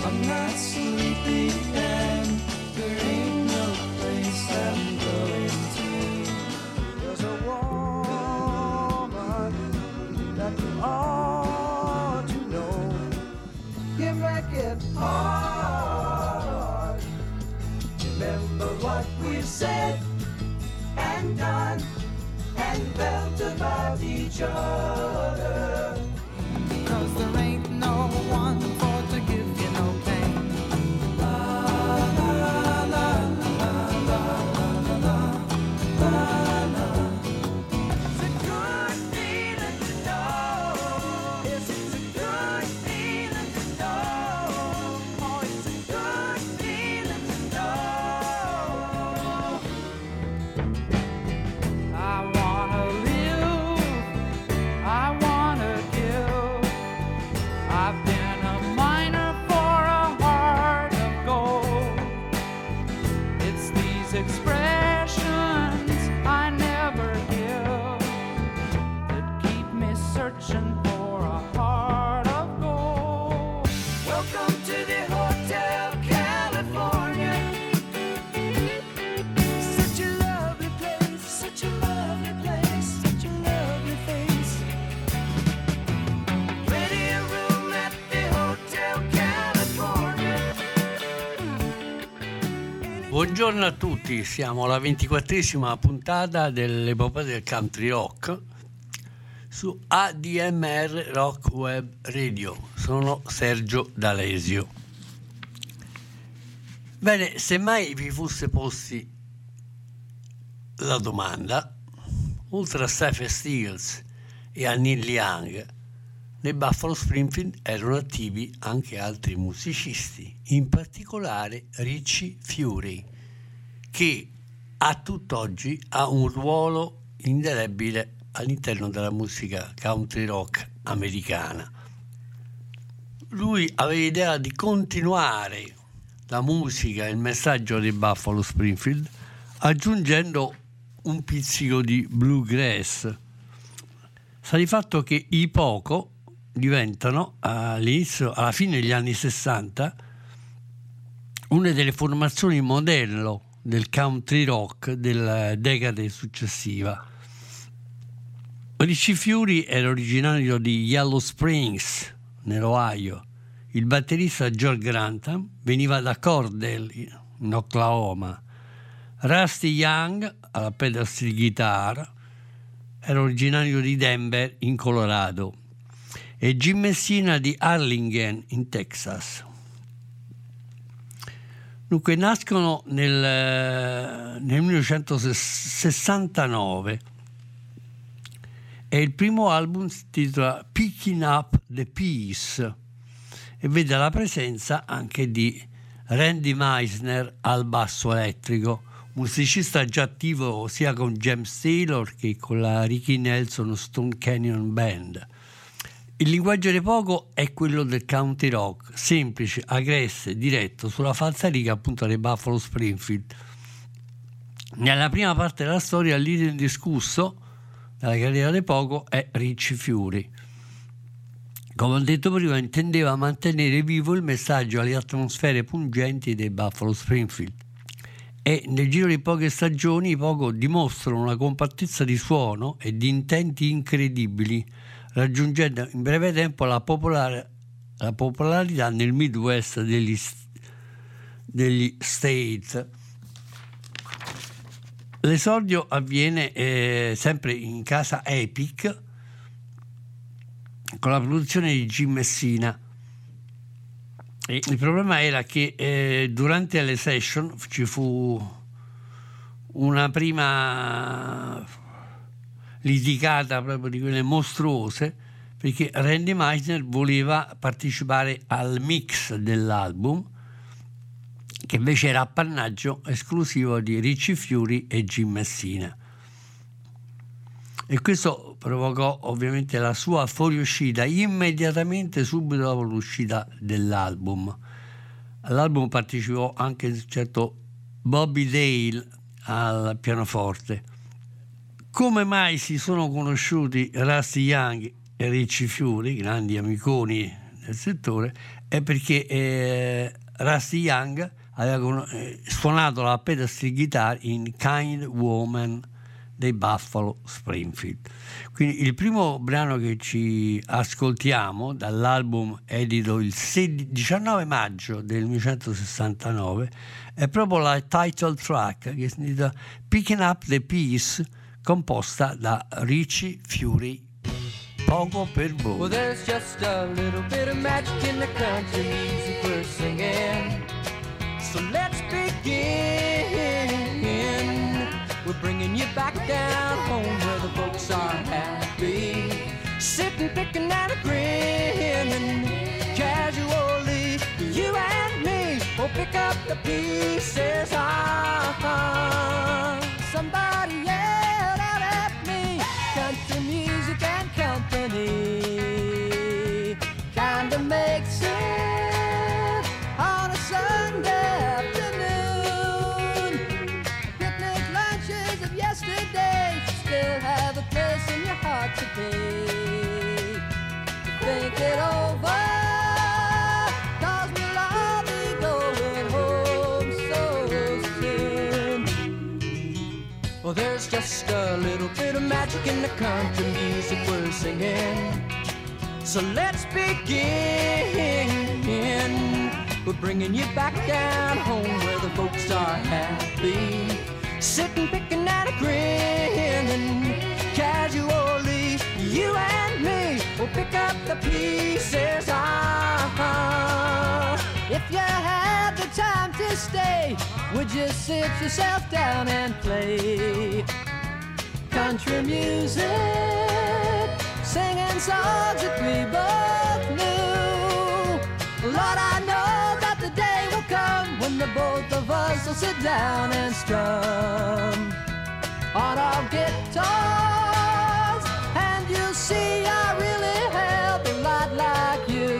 I'm not sleepy and there ain't no place I'm going to. There's a woman that you ought to know. You make it hard. Remember what we've said and done and felt about each other. 'Cause there ain't no one for to give you no pain. La la la la la la la la. It's a good feeling to know. Yes, it's a good feeling to know. Oh, it's a good feeling to know. I wanna live, I wanna give. I've been a miner for a heart of gold. It's these expressions I never give that keep me searching for a heart of gold. Welcome to the Hotel California. Such a lovely place, such a lovely place, such a lovely face. Ready a room at the Hotel California. Buongiorno a tutti, siamo alla 24esima puntata dell'epopea del country rock su ADMR Rock Web Radio. Sono Sergio D'Alesio. Bene, se mai vi fosse posti la domanda, oltre a Cypress Hills e a Neil Young, nei Buffalo Springfield erano attivi anche altri musicisti, in particolare Richie Fury, che a tutt'oggi ha un ruolo indelebile all'interno della musica country rock americana. Lui aveva l'idea di continuare la musica e il messaggio dei Buffalo Springfield aggiungendo un pizzico di bluegrass. Sta di fatto che i Poco diventano alla fine degli anni 60 una delle formazioni modello del country rock della decade successiva. Richie Fury era originario di Yellow Springs, nell'Ohio. Il batterista George Grantham veniva da Cordell, in Oklahoma. Rusty Young, alla pedal steel guitar, era originario di Denver, in Colorado, e Jim Messina di Harlingen, in Texas. Dunque nascono nel 1969 e il primo album si intitola Picking Up the Peace e vede la presenza anche di Randy Meisner al basso elettrico, musicista già attivo sia con James Taylor che con la Ricky Nelson Stone Canyon Band. Il linguaggio dei Poco è quello del country rock, semplice, aggressivo, diretto, sulla falsariga appunto dei Buffalo Springfield. Nella prima parte della storia il leader indiscusso della carriera dei Poco è Richie Fury. Come ho detto prima, intendeva mantenere vivo il messaggio alle atmosfere pungenti dei Buffalo Springfield. E nel giro di poche stagioni i Poco dimostrano una compattezza di suono e di intenti incredibili, raggiungendo in breve tempo la popolarità nel Midwest degli States. L'esordio avviene sempre in casa Epic con la produzione di Jim Messina. E il problema era che durante le session ci fu una prima litigata proprio di quelle mostruose, perché Randy Meisner voleva partecipare al mix dell'album, che invece era appannaggio esclusivo di Richie Fury e Jim Messina, e questo provocò ovviamente la sua fuoriuscita immediatamente subito dopo l'uscita dell'album. All'album partecipò anche un certo Bobby Dale al pianoforte. Come mai si sono conosciuti Rusty Young e Richie Fury, grandi amiconi del settore, è perché Rusty Young aveva suonato la pedal steel guitar in Kind Woman dei Buffalo Springfield. Quindi il primo brano che ci ascoltiamo dall'album edito il 19 maggio del 1969 è proprio la title track, che si intitola Picking Up the Peace, composta da Richie Fury. Poco per voi. Well, there's just a little bit of magic in the country music we're singing. So let's begin. We're bringing you back down home where the folks are happy, sitting, picking and grinning casually. You and me will pick up the pieces. Somebody yelled out at me, country music and company kinda makes it on a Sunday afternoon. Picnic lunches of yesterday still have a place in your heart today. Think it over, 'cause we'll all be going home so soon. Well, there's just a little bit of magic in the country music we're singing. So let's begin. We're bringing you back down home where the folks are happy, sitting, picking and grinning casually. You and me will pick up the pieces. If you had the time to stay, would you sit yourself down and play country music, singing songs that we both knew? Lord, I know that the day will come when the both of us will sit down and strum on our guitars, and you'll see I really have a lot like you.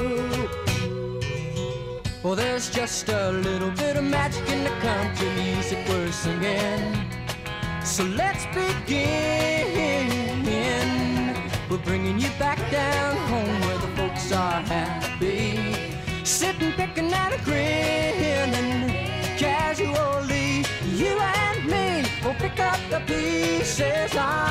Well, there's just a little bit of magic in the country music we're singing. So let's begin. We're bringing you back down home where the folks are happy, sitting, picking and grinning casually. You and me will pick up the pieces.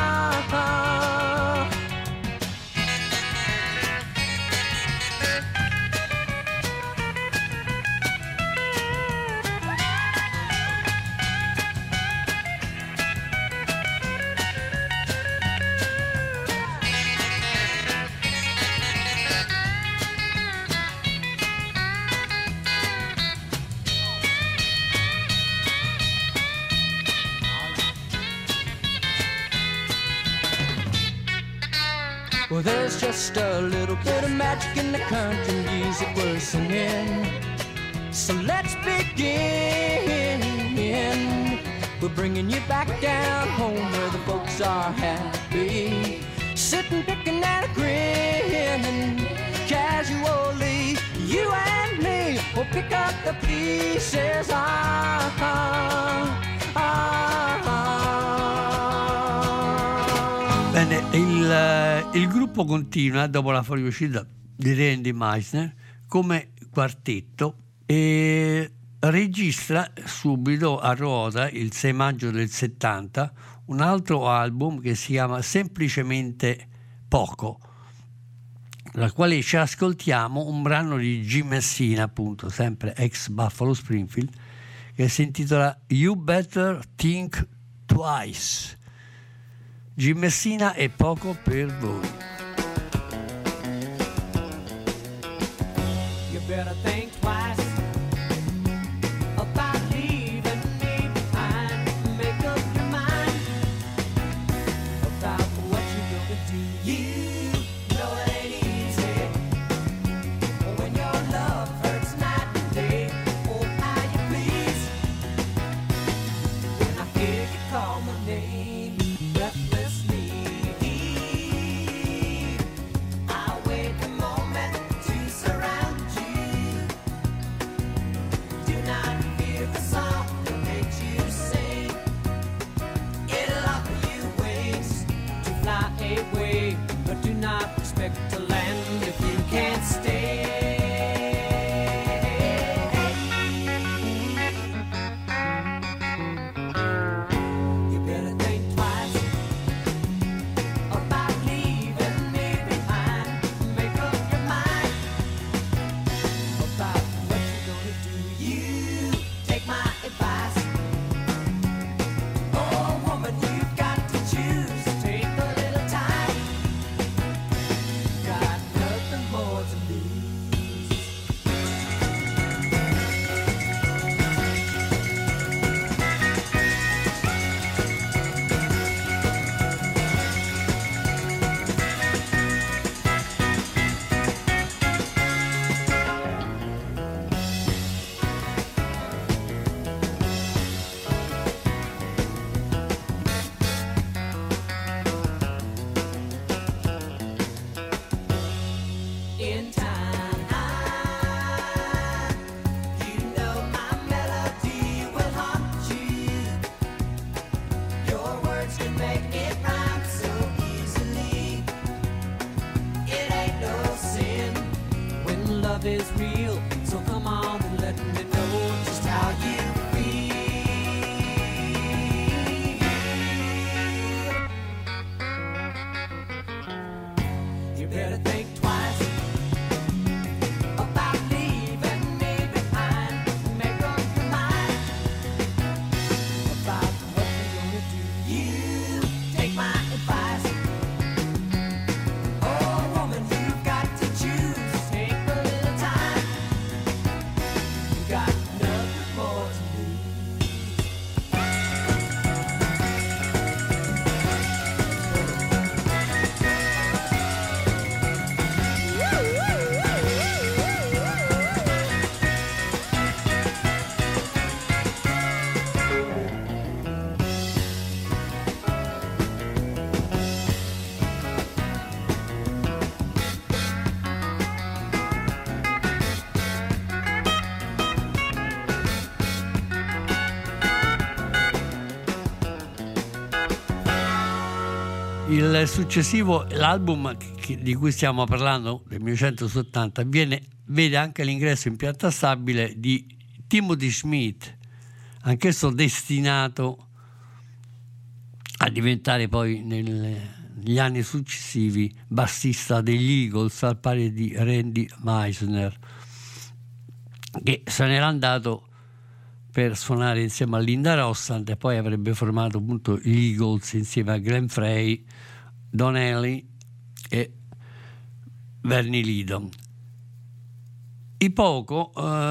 Well, there's just a little bit of magic in the country music we're singing. So let's begin. We're bringing you back down home where the folks are happy, sitting, picking and grinning casually. You and me will pick up the pieces. Bene, il gruppo continua dopo la fuoriuscita di Randy Meisner come quartetto e registra subito a ruota il 6 maggio del 70 un altro album che si chiama Semplicemente Poco, dal quale ci ascoltiamo un brano di Jim Messina, appunto sempre ex Buffalo Springfield, che si intitola You Better Think Twice. Jim Messina e Poco per voi. You better think twice about leaving me behind. Make up your mind about what you're gonna do. You know it ain't easy when your love hurts night and day. Oh, how you please when I hear you call my name breathlessly. I wait a moment to surround you. Il successivo, l'album di cui stiamo parlando, del 1970, vede anche l'ingresso in pianta stabile di Timothy Schmidt, anch'esso destinato a diventare poi negli anni successivi bassista degli Eagles, al pari di Randy Meisner, che se n'era andato per suonare insieme a Linda Ronstadt e poi avrebbe formato appunto gli Eagles insieme a Glenn Frey, Don Henley e Bernie Leadon. I poco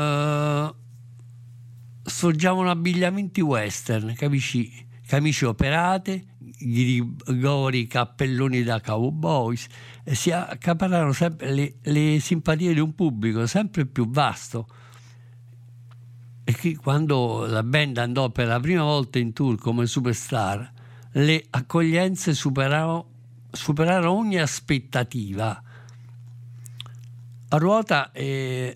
sfoggiavano abbigliamenti western, camicie operate, grigori, cappelloni da cowboys, e si accapararono sempre le simpatie di un pubblico sempre più vasto. E che quando la band andò per la prima volta in tour come superstar, le accoglienze superarono ogni aspettativa. A Ruota il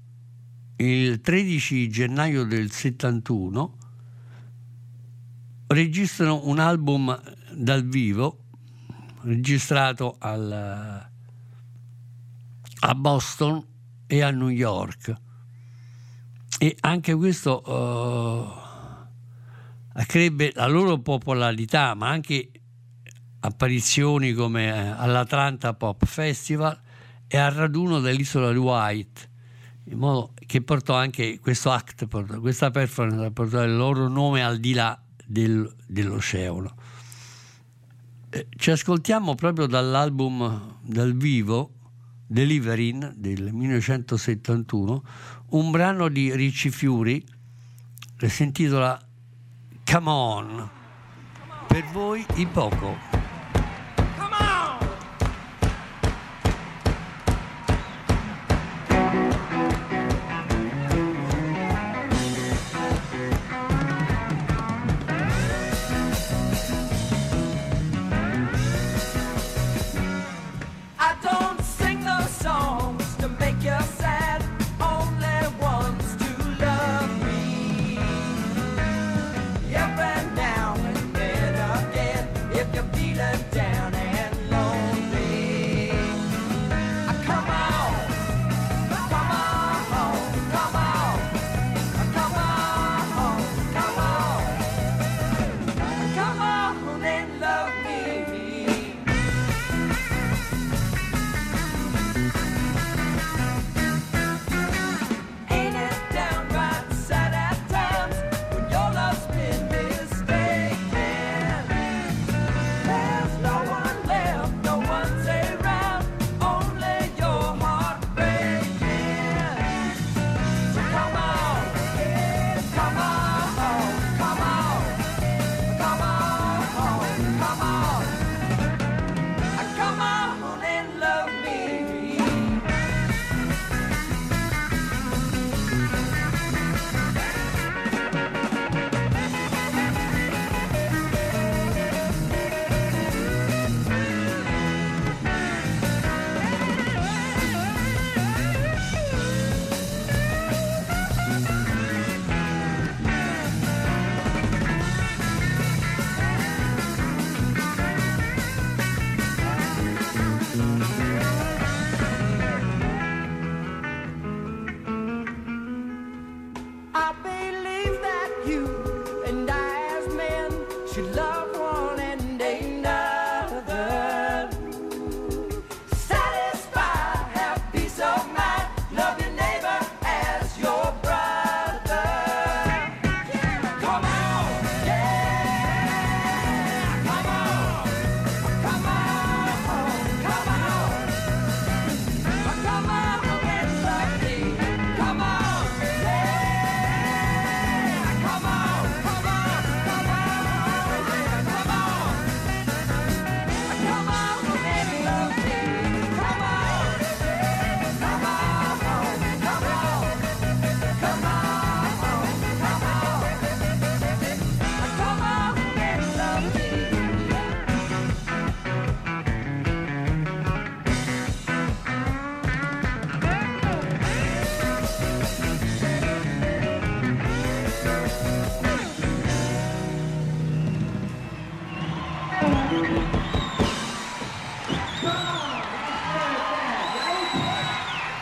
13 gennaio del 71 registrano un album dal vivo registrato a Boston e a New York, e anche questo accrebbe la loro popolarità, ma anche apparizioni come all'Atlanta Pop Festival e al raduno dell'isola di White, in modo che portò anche questa performance a portare il loro nome al di là dell'oceano. Ci ascoltiamo proprio dall'album dal vivo Deliverine del 1971 un brano di Richie Fury che si intitola Come On, per voi i poco. Feel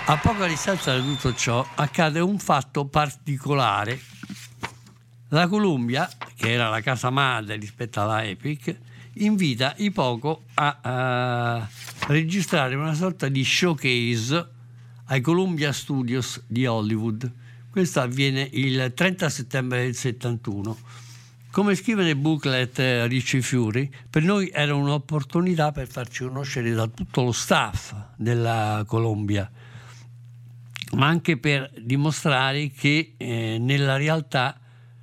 A poca distanza da tutto ciò accade un fatto particolare. La Columbia, che era la casa madre rispetto alla Epic, invita i Poco a registrare una sorta di showcase ai Columbia Studios di Hollywood. Questo avviene il 30 settembre del 71. Come scrive nel booklet Richie Fury, per noi era un'opportunità per farci conoscere da tutto lo staff della Columbia, ma anche per dimostrare che nella realtà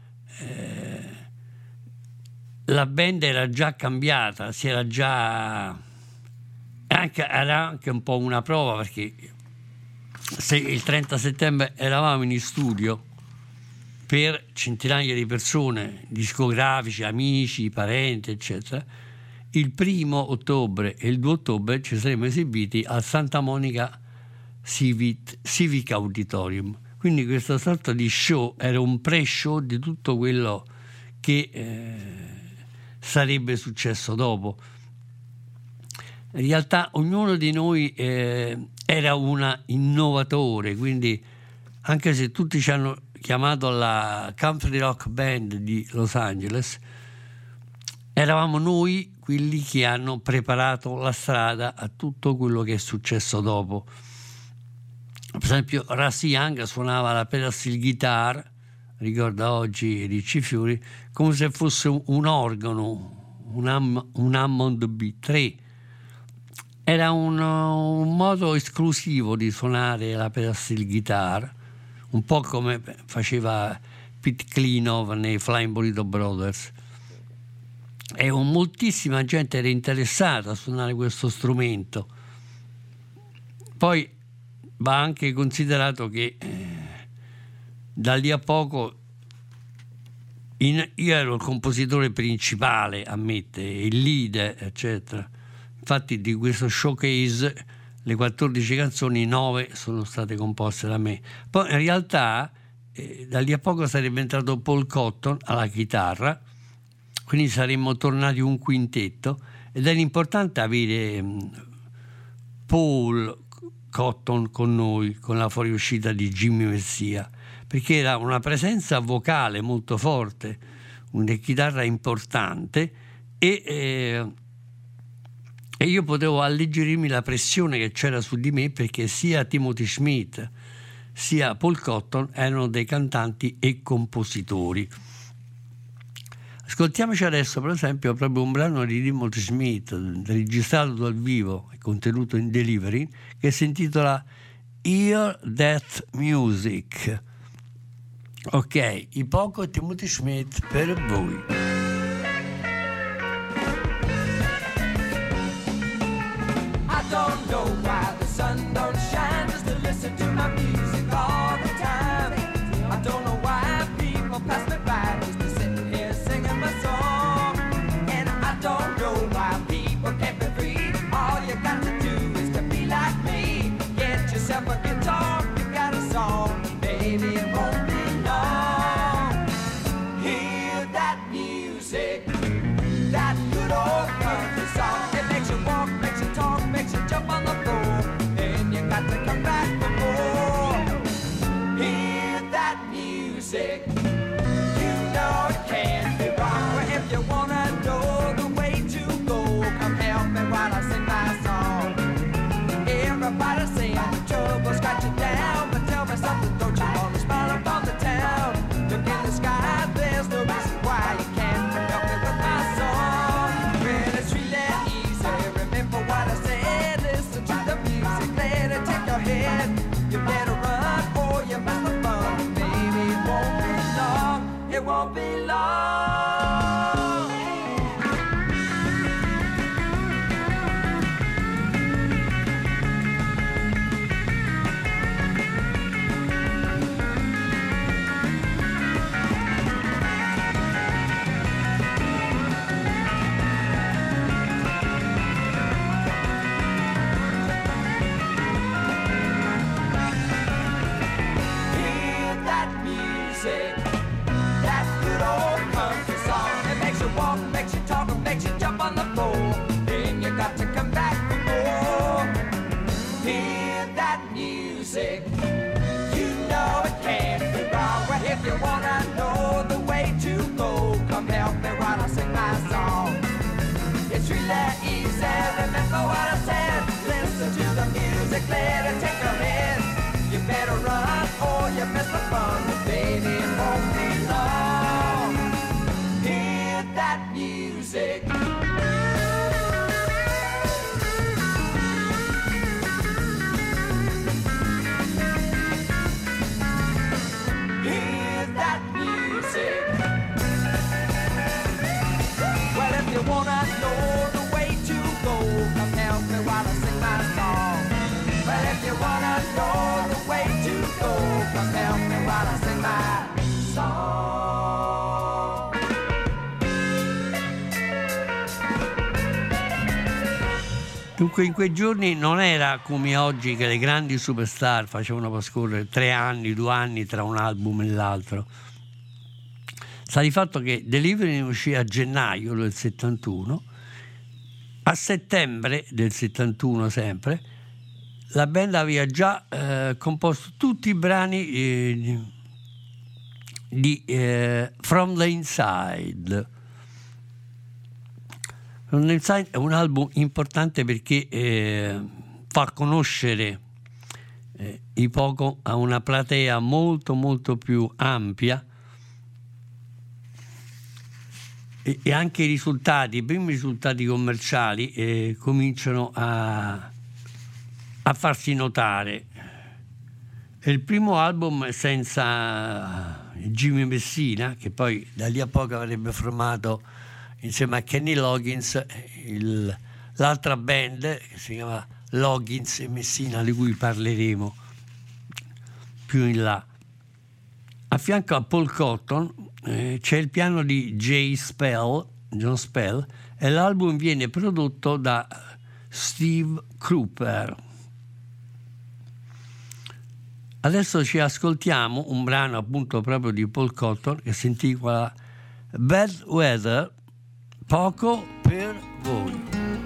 la band era già cambiata, si era già era anche un po' una prova, perché se il 30 settembre eravamo in studio per centinaia di persone, discografici, amici, parenti, eccetera, il 1 ottobre e il 2 ottobre ci saremmo esibiti al Santa Monica Civic Auditorium. Quindi questa sorta di show era un pre-show di tutto quello che sarebbe successo dopo. In realtà ognuno di noi era un innovatore, quindi anche se tutti ci hanno chiamato la Country Rock Band di Los Angeles, eravamo noi quelli che hanno preparato la strada a tutto quello che è successo dopo. Per esempio Rusty Young suonava la pedal steel guitar, ricorda oggi Richie Fury, come se fosse un organo, un Hammond B3. Era un modo esclusivo di suonare la pedal steel guitar, un po' come faceva Pete Klinov nei Flying Burrito Brothers. E moltissima gente era interessata a suonare questo strumento. Poi va anche considerato che da lì a poco io ero il compositore principale, ammette, il leader, eccetera. Infatti di questo showcase le 14 canzoni, 9 sono state composte da me. Poi in realtà da lì a poco sarebbe entrato Paul Cotton alla chitarra, quindi saremmo tornati un quintetto, ed era importante avere Paul Cotton con noi, con la fuoriuscita di Jimmy Messia, perché era una presenza vocale molto forte, una chitarra importante, e io potevo alleggerirmi la pressione che c'era su di me, perché sia Timothy Schmidt sia Paul Cotton erano dei cantanti e compositori. Ascoltiamoci adesso per esempio proprio un brano di Timothy Schmidt registrato dal vivo e contenuto in Delivery, che si intitola Hear That Music. Ok, i Poco e Timothy Schmidt per voi. I don't know why the sun don't shine just to listen to my music all the time. I don't know why people pass me by just to sit here singing my song. And I don't know why people can't be free. All you got to do is to be like me. Get yourself a guitar, you got a song. Baby, it won't be long. Hear that music, that good old country song. It makes you walk, makes you talk, makes you jump on the floor. Then you got to come back for more. Hear that music, you know it can't be wrong. Well, if you wanna know the way to go, come help me while I sing my song. Everybody sing the trouble, scratch it down, but tell me something, don't you wanna smile upon the town? Look in the sky, there's no reason why you can't help me with my song. Well, it's really easy, remember what I said, listen to the music, let it take your head. You better run or you miss the fun, baby, it won't be long, it won't be long. Hear that music, that good old country declare to take her in. You better run or you miss the fun. Baby, it won't be long. Hear that music. Hear that music. Well, if you wanna know the way to go, come help me while I sing my song. Well, if you wanna know the way to go, come help me while I sing my song. Dunque in quei giorni non era come oggi che le grandi superstar facevano trascorrere 3 anni, 2 anni tra un album e l'altro. Sta di fatto che Delivery uscì a gennaio del 71, a settembre del 71 sempre, la band aveva già composto tutti i brani di From the Inside. From the Inside è un album importante perché fa conoscere i Poco a una platea molto molto più ampia, e anche i primi risultati commerciali cominciano a farsi notare. È il primo album senza Jimmy Messina, che poi da lì a poco avrebbe formato insieme a Kenny Loggins l'altra band che si chiama Loggins e Messina, di cui parleremo più in là. A fianco a Paul Cotton c'è il piano di John Spell, e l'album viene prodotto da Steve Cropper. Adesso ci ascoltiamo un brano appunto proprio di Paul Cotton che si intitola Bad Weather, poco per voi.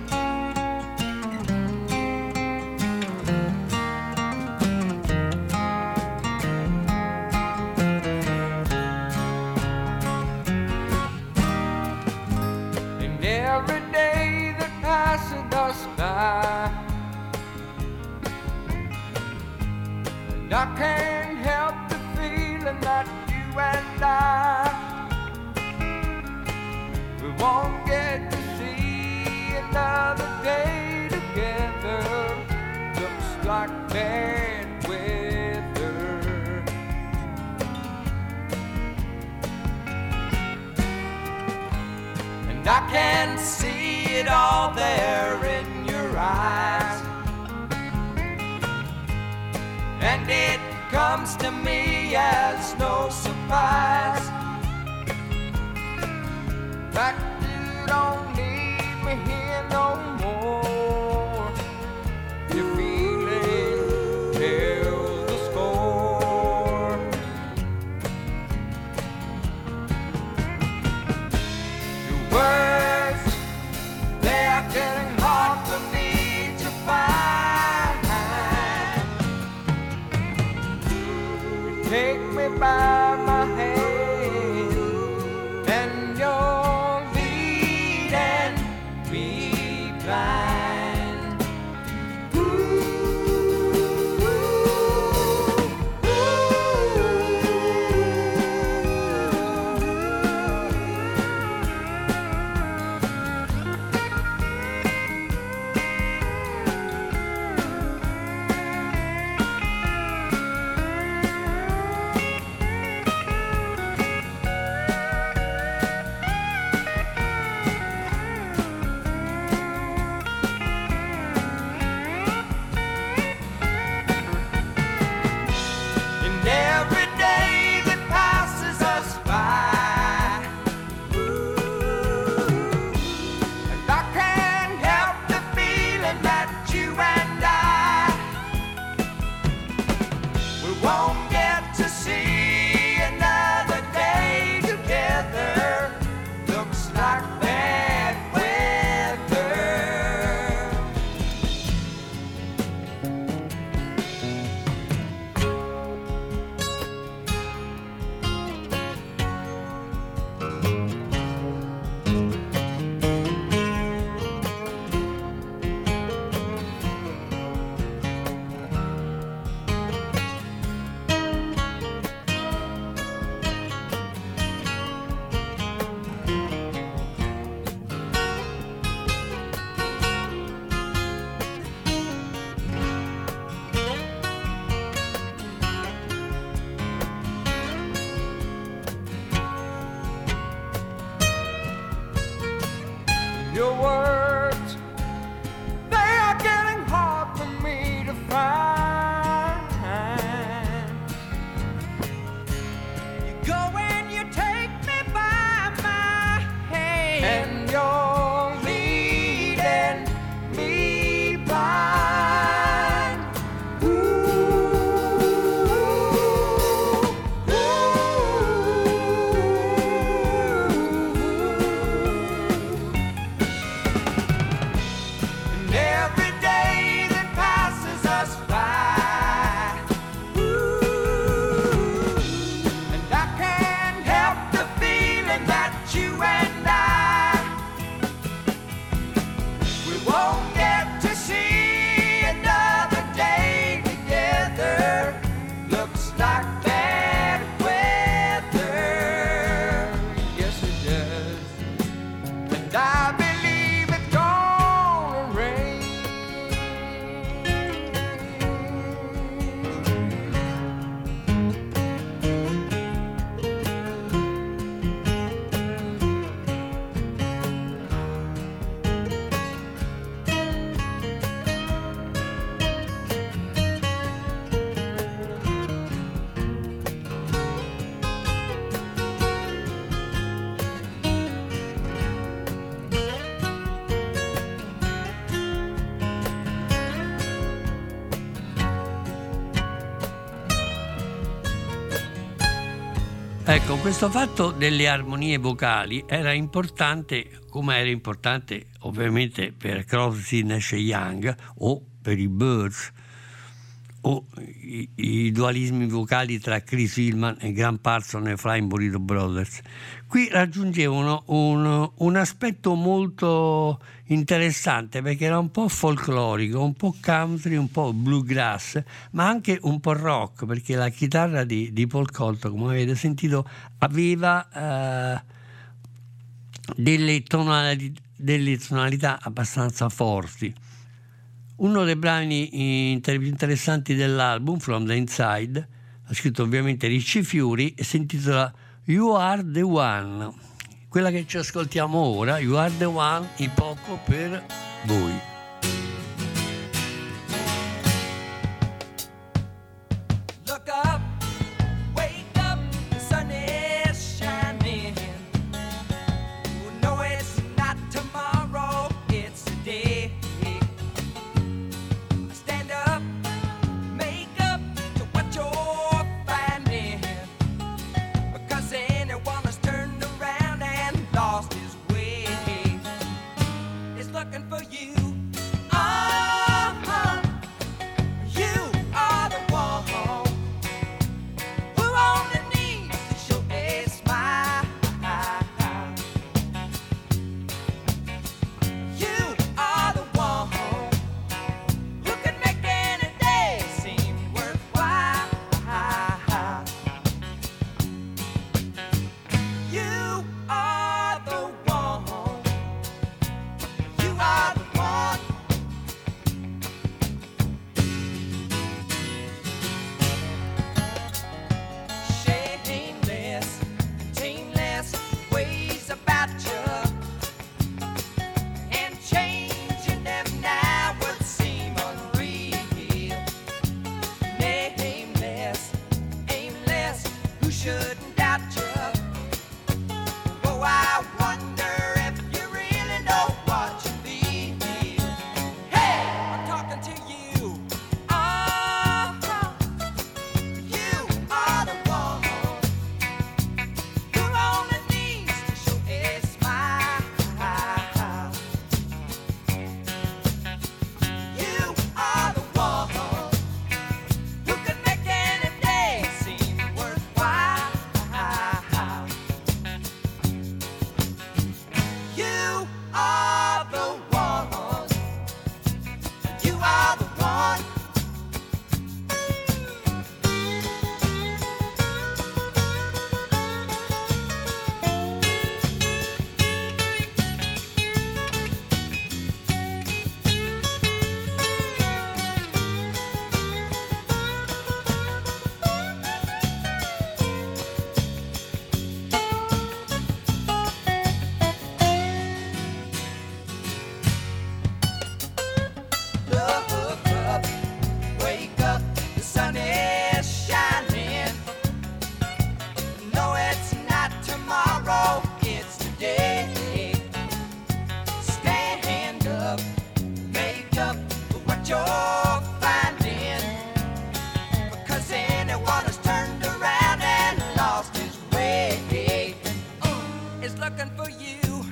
I can't help the feeling that you and I, we won't get to see another day together. Looks like bad weather. And I can see it all there in your eyes. And it comes to me as no surprise that you don't need me here no more. Your feeling tells the score. Your words, they are getting hard for me to find. Take me by my hand, and you're leading me blind. Ooh, ooh, ooh. Ecco, questo fatto delle armonie vocali era importante, come era importante ovviamente per Crosby, Nash e Young o per i Byrds, o i dualismi vocali tra Chris Hillman e Graham Parsons e Flying Burrito Brothers. Qui raggiungevano un aspetto molto interessante, perché era un po' folclorico, un po' country, un po' bluegrass, ma anche un po' rock, perché la chitarra di Paul Colton, come avete sentito, aveva delle tonalità abbastanza forti. Uno dei brani più interessanti dell'album, From the Inside, ha scritto ovviamente Ricci Fiori e si intitola You Are the One. Quella che ci ascoltiamo ora, You Are the One, in poco per voi. Look up, wake up, the sun is shining. You know it's not tomorrow, it's today. Stand up, make up to what you're finding, because anyone has turned around and lost his way is looking for you. You are the one who only needs to show a smile. You are the one who can make any day seem worthwhile. You are the one. You are the one. Shameless, tameless ways about you, and changing them now would seem unreal. Nameless, aimless, who shouldn't doubt you? Oh, I wonder if you really know what you feel. Hey, I'm talking to you. You are the one who only needs to show a smile. You are the one who can make any day seem worthwhile. You are the one. You are the one. Look up, wake up, the sun is shining. No, it's not tomorrow, it's today. Stand up, make up for what you're finding, because anyone who's turned around and lost his way is looking for you.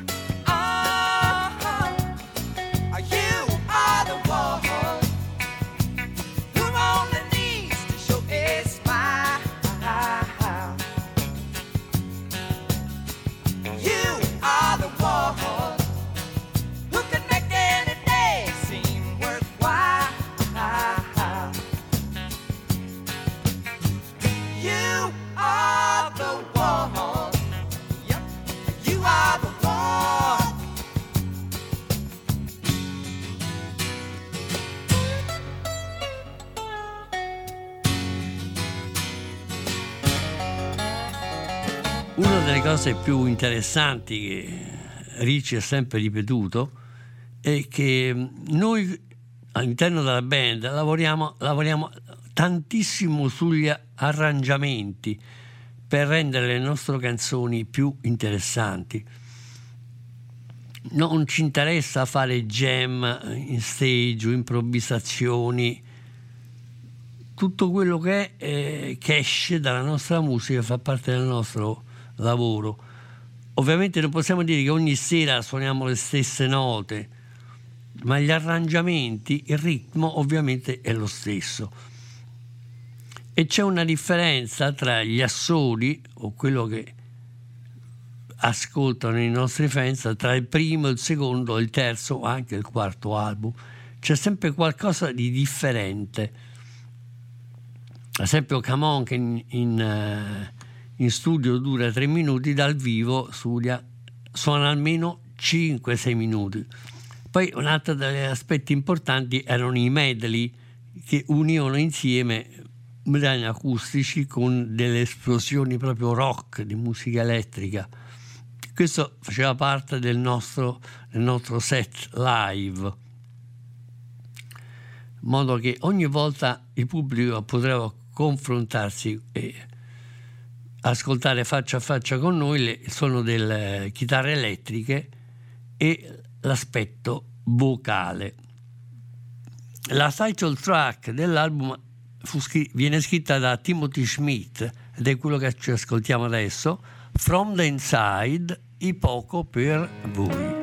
You are the one who only needs to show a smile. You are the one who can make any day seem worthwhile. You are the one. Yep, you are the one. Una delle cose più interessanti che Ricci ha sempre ripetuto è che noi all'interno della band lavoriamo tantissimo sugli arrangiamenti per rendere le nostre canzoni più interessanti. Non ci interessa fare jam in stage o improvvisazioni tutto quello che esce dalla nostra musica fa parte del nostro lavoro. Ovviamente non possiamo dire che ogni sera suoniamo le stesse note, ma gli arrangiamenti, il ritmo ovviamente è lo stesso. E c'è una differenza tra gli assoli, o quello che ascoltano i nostri fans, tra il primo, il secondo, il terzo o anche il quarto album. C'è sempre qualcosa di differente. Ad esempio Come che in studio dura 3 minuti, dal vivo suona almeno 5-6 minuti. Poi un altro degli aspetti importanti erano i medley, che univano insieme brani acustici con delle esplosioni proprio rock, di musica elettrica. Questo faceva parte del nostro set live, in modo che ogni volta il pubblico poteva confrontarsi e ascoltare faccia a faccia con noi il suono delle chitarre elettriche e l'aspetto vocale. La title track dell'album viene scritta da Timothy Schmidt ed è quello che ci ascoltiamo adesso, From the Inside, I poco per voi.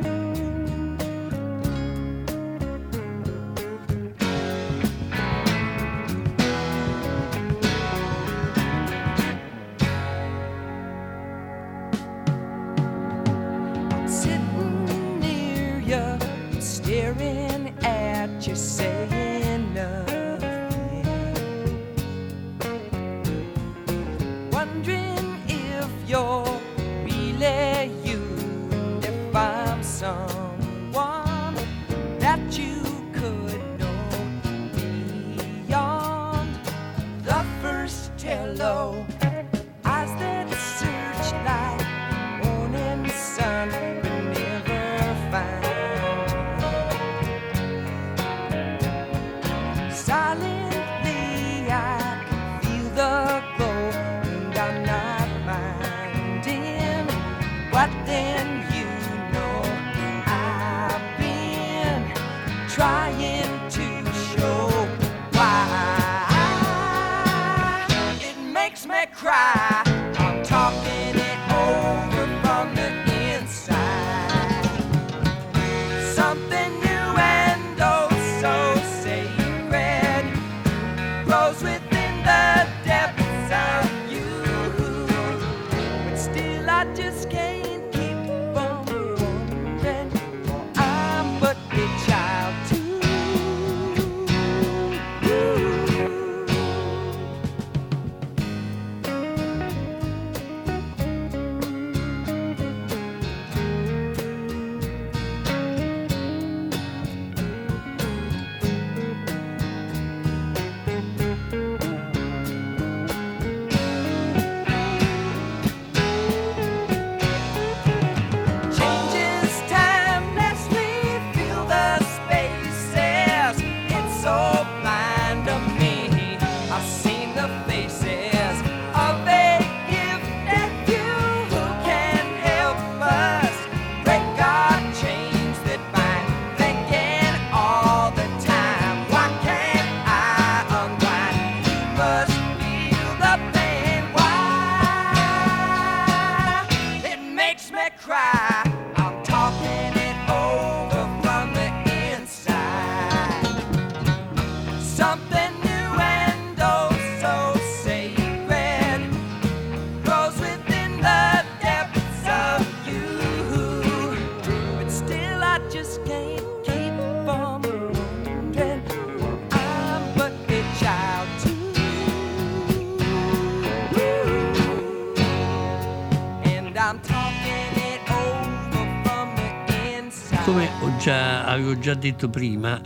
Avevo già detto prima,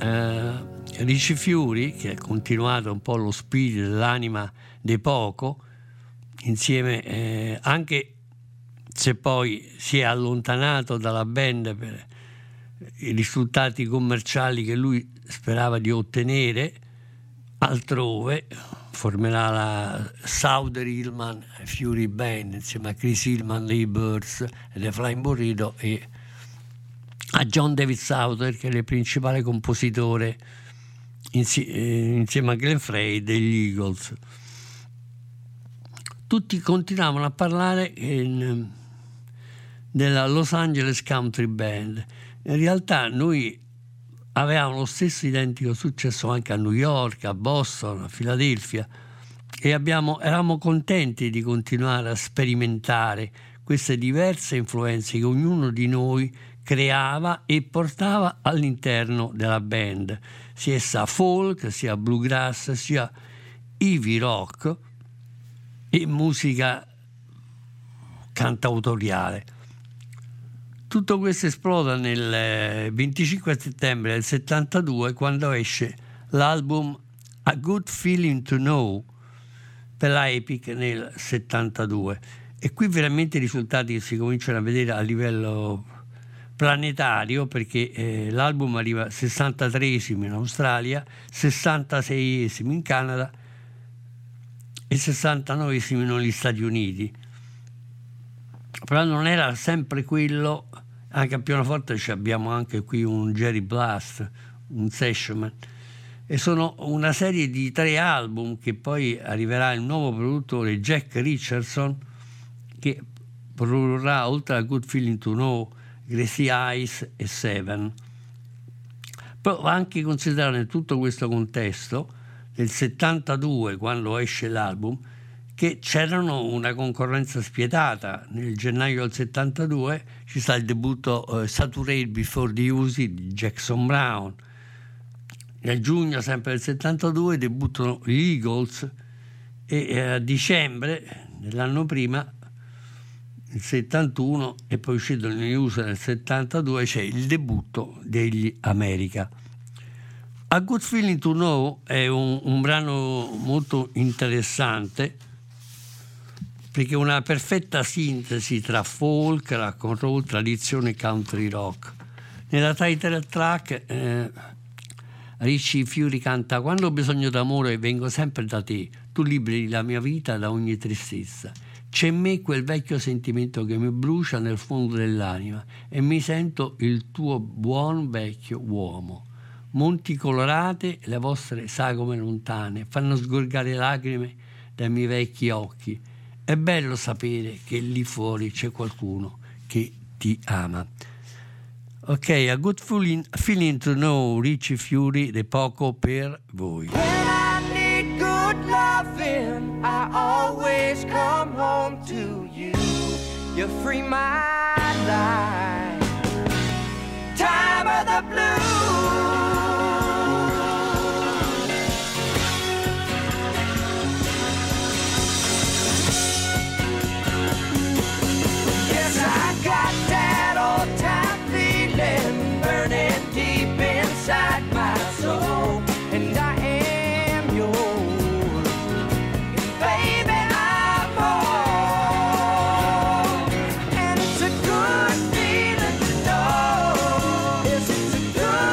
Ricci Fiori, che ha continuato un po' lo spirito dell'anima dei Poco, insieme, anche se poi si è allontanato dalla band per i risultati commerciali che lui sperava di ottenere altrove, formerà la Souther Hillman Fury Band insieme a Chris Hillman dei Birds e dei Flying Burrito e a John David Souther, che è il principale compositore insieme a Glenn Frey degli Eagles. Tutti continuavano a parlare della Los Angeles Country Band. In realtà noi avevamo lo stesso identico successo anche a New York, a Boston, a Filadelfia, e eravamo contenti di continuare a sperimentare queste diverse influenze che ognuno di noi creava e portava all'interno della band, sia essa folk, sia bluegrass, sia heavy rock e musica cantautoriale. Tutto questo esploda nel 25 settembre del 72, quando esce l'album A Good Feeling to Know per la Epic nel 72, e qui veramente i risultati si cominciano a vedere a livello planetario, perché l'album arriva 63esimo in Australia, 66esimo in Canada e 69esimo negli Stati Uniti. Però non era sempre quello, anche a pianoforte abbiamo anche qui un Jerry Blast, un sessionman, e sono una serie di 3 album che poi arriverà il nuovo produttore Jack Richardson, che produrrà, oltre a Good Feeling to Know, Gracie Eyes e Seven. Però va anche considerato in tutto questo contesto del 72, quando esce l'album, che c'erano una concorrenza spietata. Nel gennaio del 72 ci sta il debutto Saturday Before the Use di Jackson Browne. Nel giugno sempre del 72 debuttano gli Eagles, e a dicembre dell'anno prima, il 71, e poi uscito negli USA nel 72, c'è il debutto degli America. A Good Feeling to Know è un brano molto interessante, perché è una perfetta sintesi tra folk, rock and roll, tradizione e country rock. Nella title track Richie Fury canta: quando ho bisogno d'amore vengo sempre da te, tu liberi la mia vita da ogni tristezza. C'è in me quel vecchio sentimento che mi brucia nel fondo dell'anima e mi sento il tuo buon vecchio uomo. Monti colorate, le vostre sagome lontane fanno sgorgare lacrime dai miei vecchi occhi. È bello sapere che lì fuori c'è qualcuno che ti ama. Ok, A Good Feeling to Know, Richie Fury, De Poco per voi. When I need good loving, I always come home to you. You free my life. Time of the blues. Yes, I got that old time feeling burning deep inside my soul, and I am yours, and baby I'm home, and it's a good feeling to know, yes, it's a good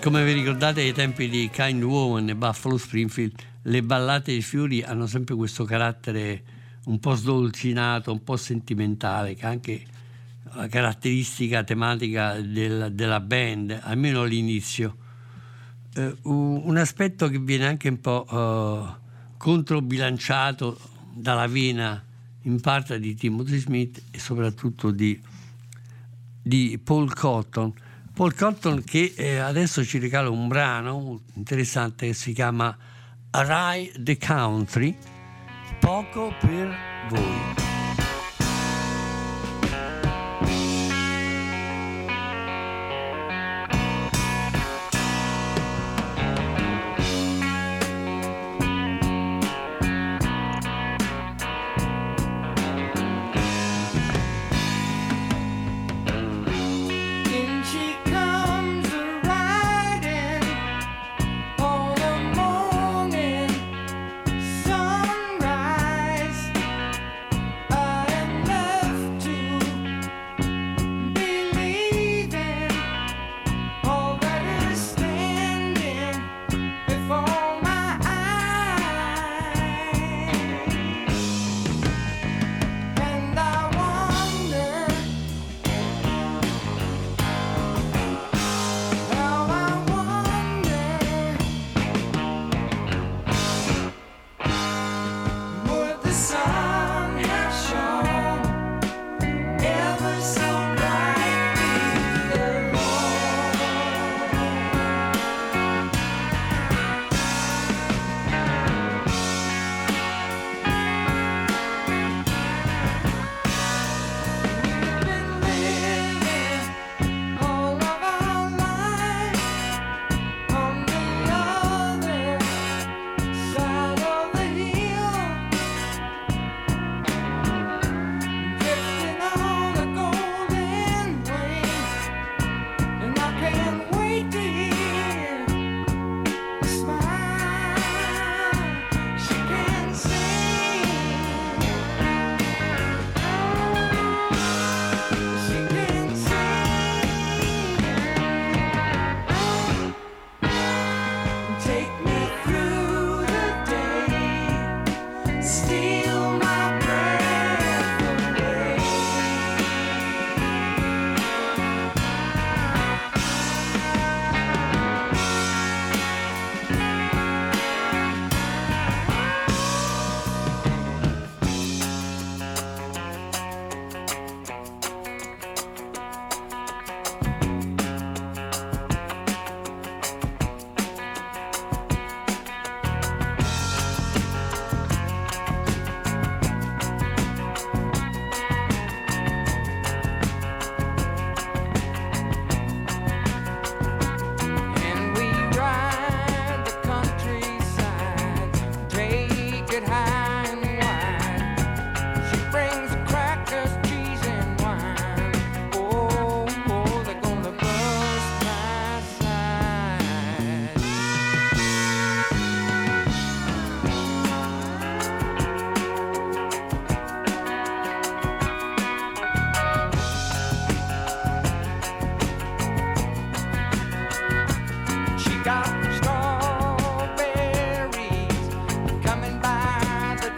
Come vi ricordate ai tempi di Kind Woman e Buffalo Springfield, le ballate dei fiori hanno sempre questo carattere un po' sdolcinato, un po' sentimentale, che è anche la caratteristica tematica della band, almeno all'inizio. Un aspetto che viene anche un po' controbilanciato dalla vena in parte di Timothy Smith e soprattutto di Paul Cotton. Paul Cotton che adesso ci regala un brano interessante che si chiama Ride the Country, poco per voi. Got strawberries coming by the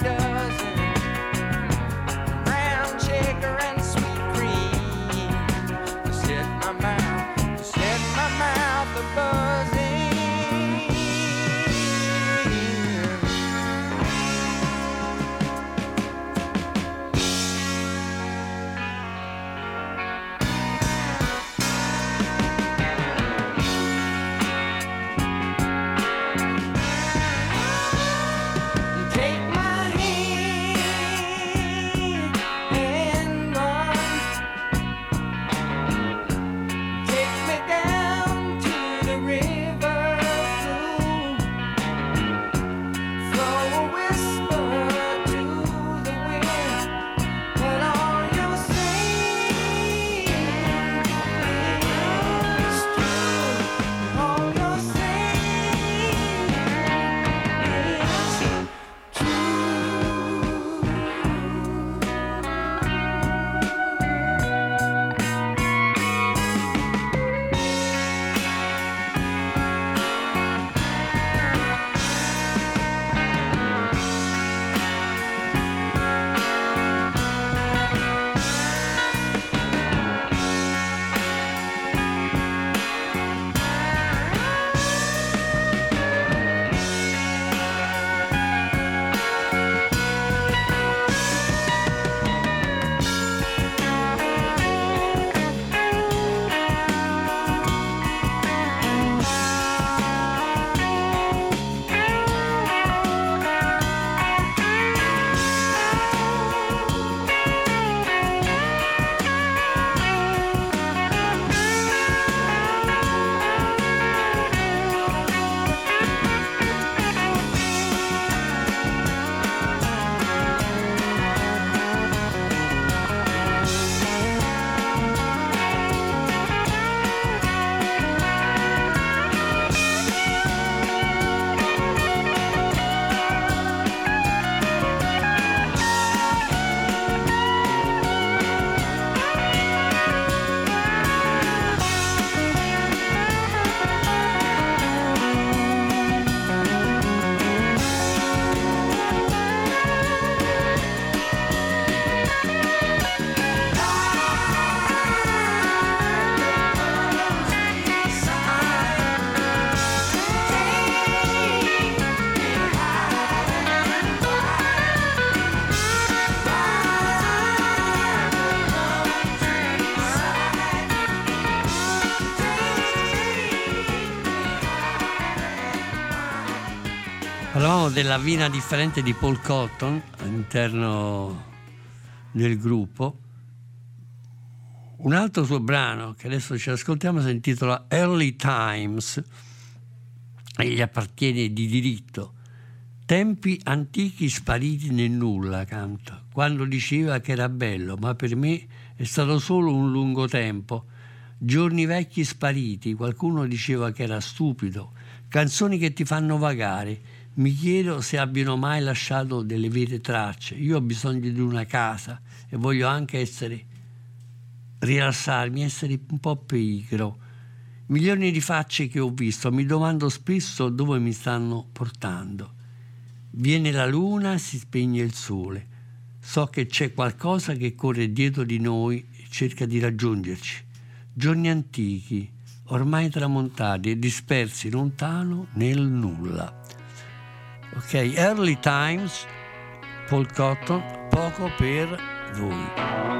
Parliamo della vena differente di Paul Cotton all'interno del gruppo. Un altro suo brano che adesso ci ascoltiamo si intitola Early Times e gli appartiene di diritto. Tempi antichi spariti nel nulla, canta, quando diceva che era bello, ma per me è stato solo un lungo tempo. Giorni vecchi spariti, qualcuno diceva che era stupido, canzoni che ti fanno vagare. Mi chiedo se abbiano mai lasciato delle vere tracce. Io ho bisogno di una casa e voglio anche rilassarmi, essere un po' pigro. Milioni di facce che ho visto, mi domando spesso dove mi stanno portando. Viene la luna, si spegne il sole. So che c'è qualcosa che corre dietro di noi e cerca di raggiungerci. Giorni antichi, ormai tramontati e dispersi lontano nel nulla. Ok, Early Times, Paul Cotton, poco per voi.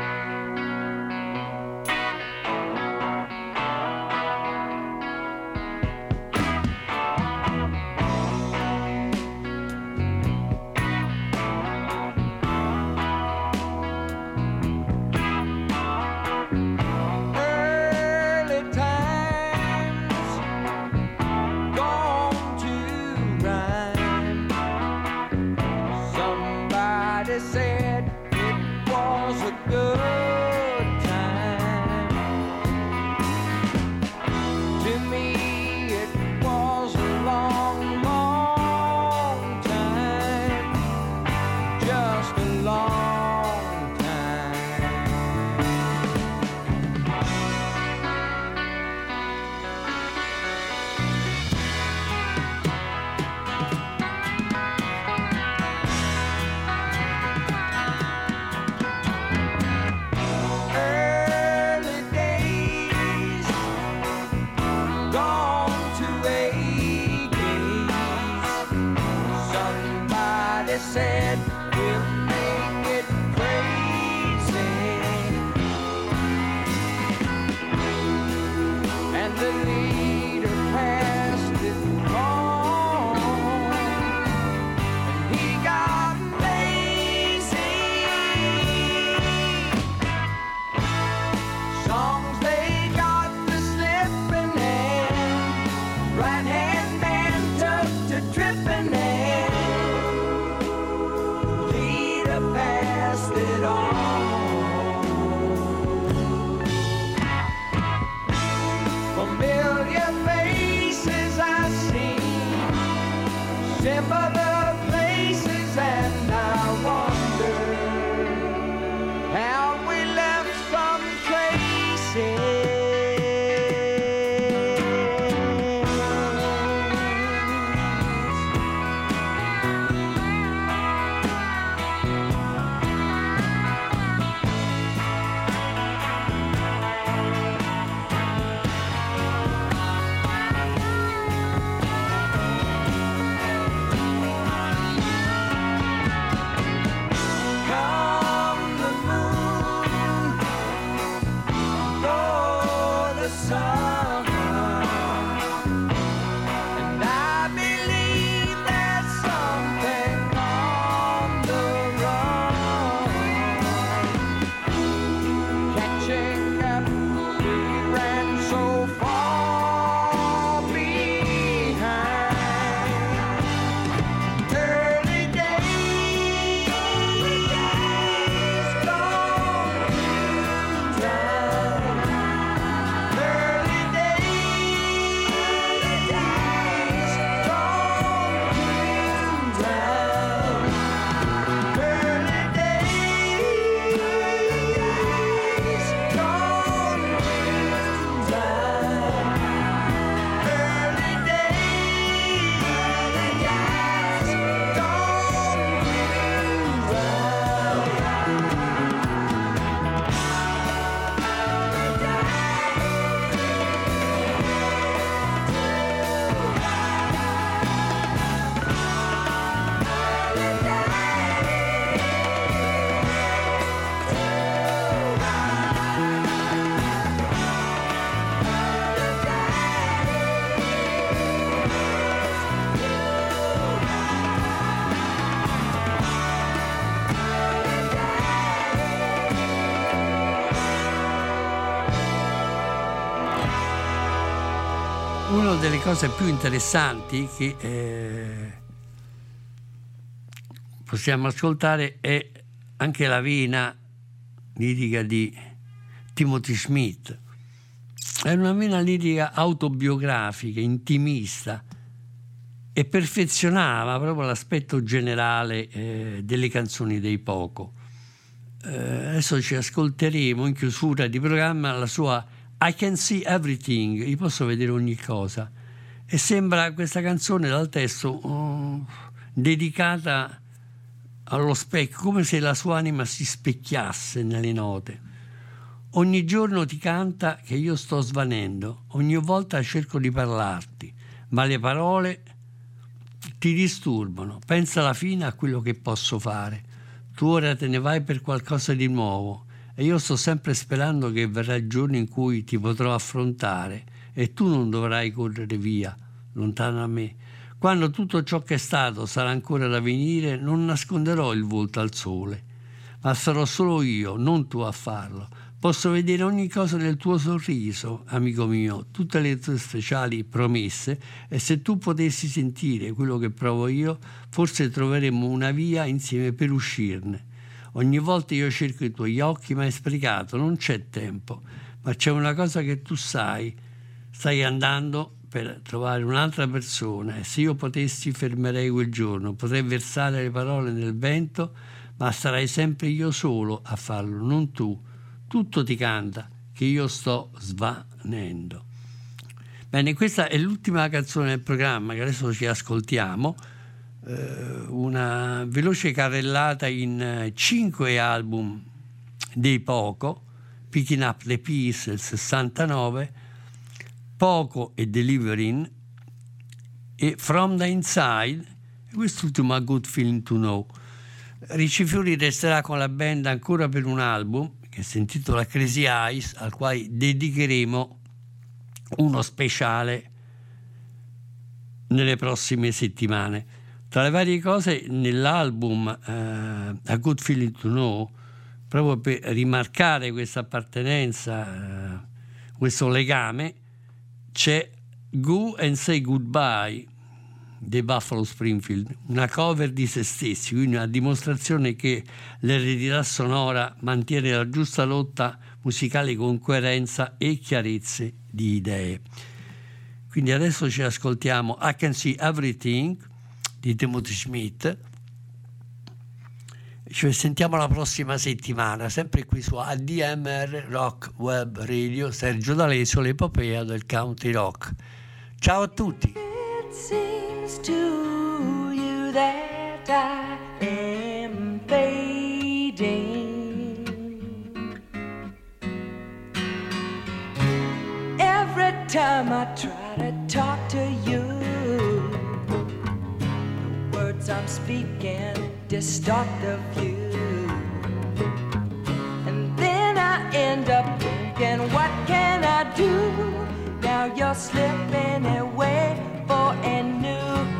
Said it was a good time. To me it was a long, long time. Just a long time. Said we'll make it crazy, and the leader passed it on, and he got lazy. Songs they got the slipping hand, right hand man took to tripping hand. delle cose più interessanti che possiamo ascoltare è anche la vena lirica di Timothy Smith. È una vena lirica autobiografica, intimista, e perfezionava proprio l'aspetto generale delle canzoni dei Poco. Adesso ci ascolteremo in chiusura di programma la sua I Can See Everything, io posso vedere ogni cosa, e sembra questa canzone dal testo dedicata allo specchio, come se la sua anima si specchiasse nelle note. Ogni giorno ti canta che io sto svanendo, ogni volta cerco di parlarti, ma le parole ti disturbano. Pensa alla fine a quello che posso fare. Tu ora te ne vai per qualcosa di nuovo e io sto sempre sperando che verrà il giorno in cui ti potrò affrontare e tu non dovrai correre via, lontano da me. Quando tutto ciò che è stato sarà ancora da venire, non nasconderò il volto al sole, ma sarò solo io, non tu a farlo. Posso vedere ogni cosa nel tuo sorriso, amico mio, tutte le tue speciali promesse, e se tu potessi sentire quello che provo io, forse troveremmo una via insieme per uscirne. Ogni volta io cerco i tuoi occhi, ma è sprecato, non c'è tempo. Ma c'è una cosa che tu sai, stai andando per trovare un'altra persona, e se io potessi fermerei quel giorno, potrei versare le parole nel vento, ma sarai sempre io solo a farlo, non tu. Tutto ti canta che io sto svanendo. Bene, questa è l'ultima canzone del programma che adesso ci ascoltiamo, una veloce carrellata in 5 album dei Poco, Picking Up the Peace del 69, Poco e Delivering e From the Inside, e quest'ultimo A Good Feeling to Know. Ricci Fiori resterà con la band ancora per un album che si intitola Crazy Eyes, al quale dedicheremo uno speciale nelle prossime settimane. Tra le varie cose, nell'album A Good Feeling to Know, proprio per rimarcare questa appartenenza, questo legame, c'è Go and Say Goodbye dei Buffalo Springfield, una cover di se stessi, quindi una dimostrazione che l'eredità sonora mantiene la giusta lotta musicale con coerenza e chiarezze di idee. Quindi adesso ci ascoltiamo I Can See Everything di Timothy Smith. Ci sentiamo la prossima settimana, sempre qui su ADMR Rock Web Radio. Sergio D'Alessio, l'epopea del country rock. Ciao a tutti. It seems to you that I am fading. Every time I try to talk to you, the words I'm speaking distort the view, and then I end up thinking, what can I do? Now you're slipping away for a new.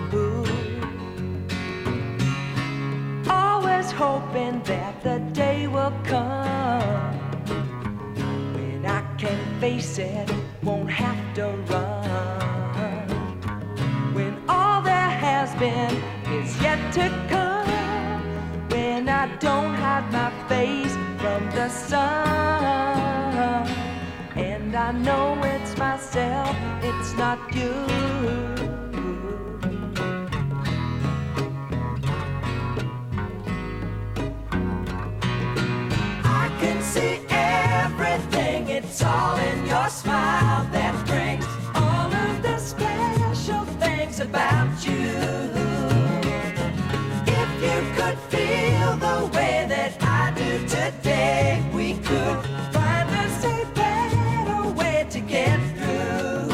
Always hoping that the day will come when I can face it, won't have to run, when all there has been is yet to come, when I don't hide my face from the sun, and I know it's myself, it's not you. I can see everything, it's all in your smile that brings all of the special things about you. If you could feel the way that I do today, we could find us a better way to get through.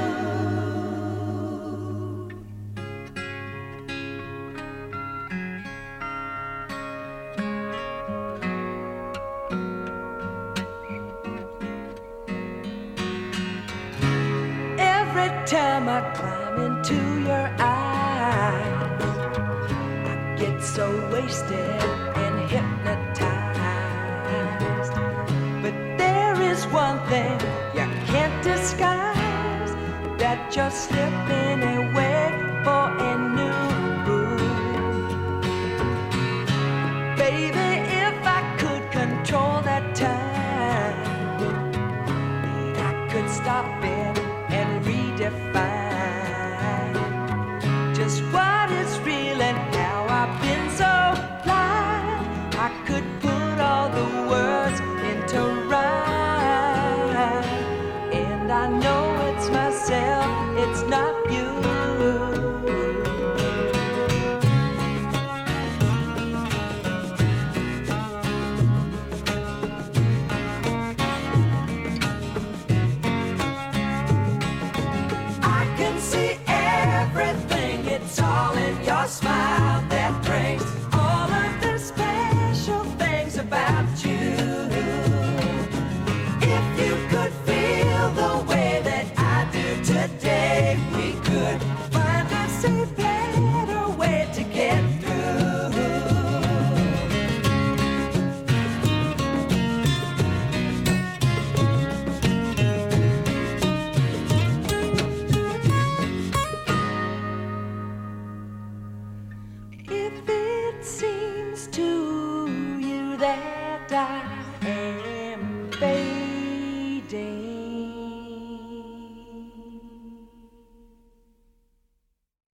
Every time I climb into your eyes, I get so wasted and hypnotized. But there is one thing you can't disguise, that just slipping away for a new groove. Baby, if I could control that time, I could stop it and redefine just what is real and how I've been so blind. I could put all the words into rhyme, and I know it's myself, it's not you. I can see everything, it's all in your smile that brings all of the special things about you. If you could feel the way that I do today, we could find us a better way to get through. If it seems to you that I